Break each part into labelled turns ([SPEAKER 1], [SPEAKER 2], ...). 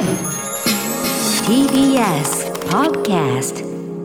[SPEAKER 1] TBS Podcast。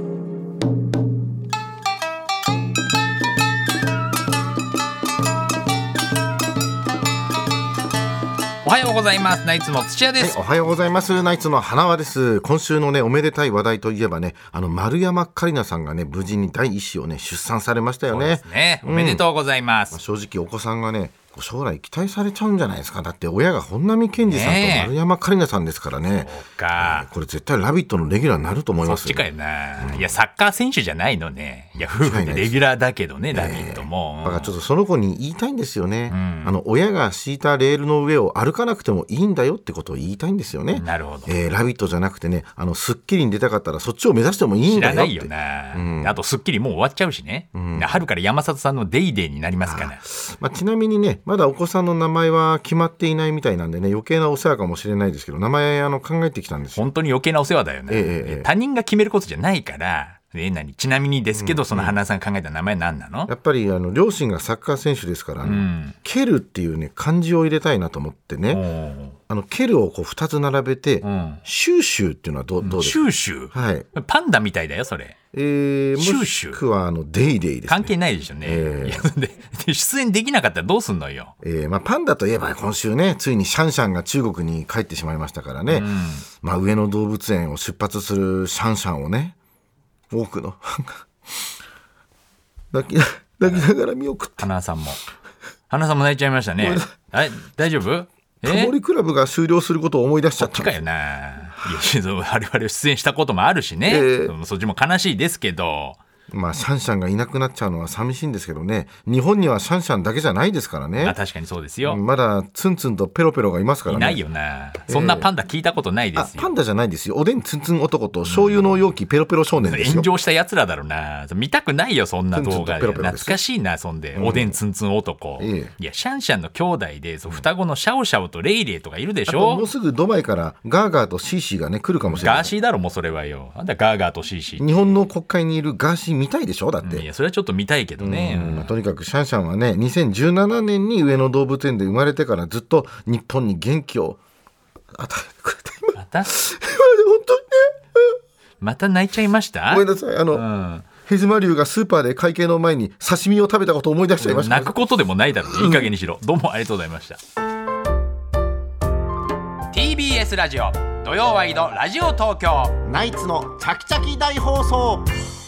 [SPEAKER 2] おはようございます。ナイツの土屋です。
[SPEAKER 3] おはようございます。ナイツの花輪です。今週のねおめでたい話題といえばね、丸山桂里奈さんがね無事に第一子をね出産されましたよね。
[SPEAKER 2] そうですね、おめでとうございます。
[SPEAKER 3] 正直お子さんがね将来期待されちゃうんじゃないですか。だって親が本並健治さんと丸山桂里奈さんですからね。
[SPEAKER 2] そうか、
[SPEAKER 3] これ絶対ラビットのレギュラーになると思いますよ。
[SPEAKER 2] そっちかよな、いやサッカー選手じゃないのね。いや夫婦でレギュラーだけどね、ラビットも、
[SPEAKER 3] だからちょっとその子に言いたいんですよね、親が敷いたレールの上を歩かなくてもいいんだよってことを言いたいんですよね。
[SPEAKER 2] なるほど、
[SPEAKER 3] ラビットじゃなくてねスッキリに出たかったらそっちを目指してもいいんだよって。
[SPEAKER 2] 知らないよな、あとスッキリもう終わっちゃうしね、春から山里さんのデイデイになりますから。
[SPEAKER 3] ちなみにねまだお子さんの名前は決まっていないみたいなんでね余計なお世話かもしれないですけど、名前考えてきたんですよ。
[SPEAKER 2] 本当に余計なお世話だよね、他人が決めることじゃないから。ちなみにですけど、その花さんが考えた名前何なの？
[SPEAKER 3] やっぱり両親がサッカー選手ですから、ケルっていうね漢字を入れたいなと思ってね、ケルをこう2つ並べて、シューシューっていうのはどうですか？
[SPEAKER 2] シューシュー、
[SPEAKER 3] はい、
[SPEAKER 2] パンダみたいだよそれ。
[SPEAKER 3] もしくはデイデイですね。
[SPEAKER 2] 関係ないでしょね、いやで出演できなかったらどうすんのよ。
[SPEAKER 3] パンダといえば今週ねついにシャンシャンが中国に帰ってしまいましたからね、上野動物園を出発するシャンシャンをね多くの泣きながら見送って、
[SPEAKER 2] 花さんも泣いちゃいましたね。大丈夫？
[SPEAKER 3] タモリクラブが終了することを思い出しちゃった。
[SPEAKER 2] そっちかよな。いや我々出演したこともあるしね、そっちも悲しいですけど、
[SPEAKER 3] シャンシャンがいなくなっちゃうのは寂しいんですけどね。日本にはシャンシャンだけじゃないですからね。
[SPEAKER 2] 確かにそうですよ。
[SPEAKER 3] まだツンツンとペロペロがいますからね。
[SPEAKER 2] いないよな、そんなパンダ聞いたことないですよ。
[SPEAKER 3] パンダじゃないですよ。おでんツンツン男と醤油の容器ペロペロ少年ですよ。
[SPEAKER 2] 炎上したやつらだろうな。見たくないよそんな動画で。懐かしいな。そんで、おでんツンツン男、いやシャンシャンの兄弟で双子のシャオシャオとレイレイとかいるでしょ。
[SPEAKER 3] もうすぐドバイからガーガーとシーシーがね来るかもしれない。
[SPEAKER 2] ガーシーだろもうそれはよ。あんたガーガーとシーシー、
[SPEAKER 3] 日本の国会にいるガーシー見たいでしょ。だって、
[SPEAKER 2] いやそれはちょっと見たいけどね、
[SPEAKER 3] とにかくシャンシャンはね2017年に上野動物園で生まれてからずっと日本に元気を与えてくれています。
[SPEAKER 2] また
[SPEAKER 3] 本当にね、
[SPEAKER 2] また泣いちゃいました。
[SPEAKER 3] ごめんなさい。ヘズマリュウがスーパーで会計の前に刺身を食べたことを思い出しちゃいました。
[SPEAKER 2] 泣くことでもないだろう、いい加減にしろ。どうもありがとうございました。TBS ラジオ土曜ワイドラジオ東京、
[SPEAKER 3] ナイツのチャキチャキ大放送。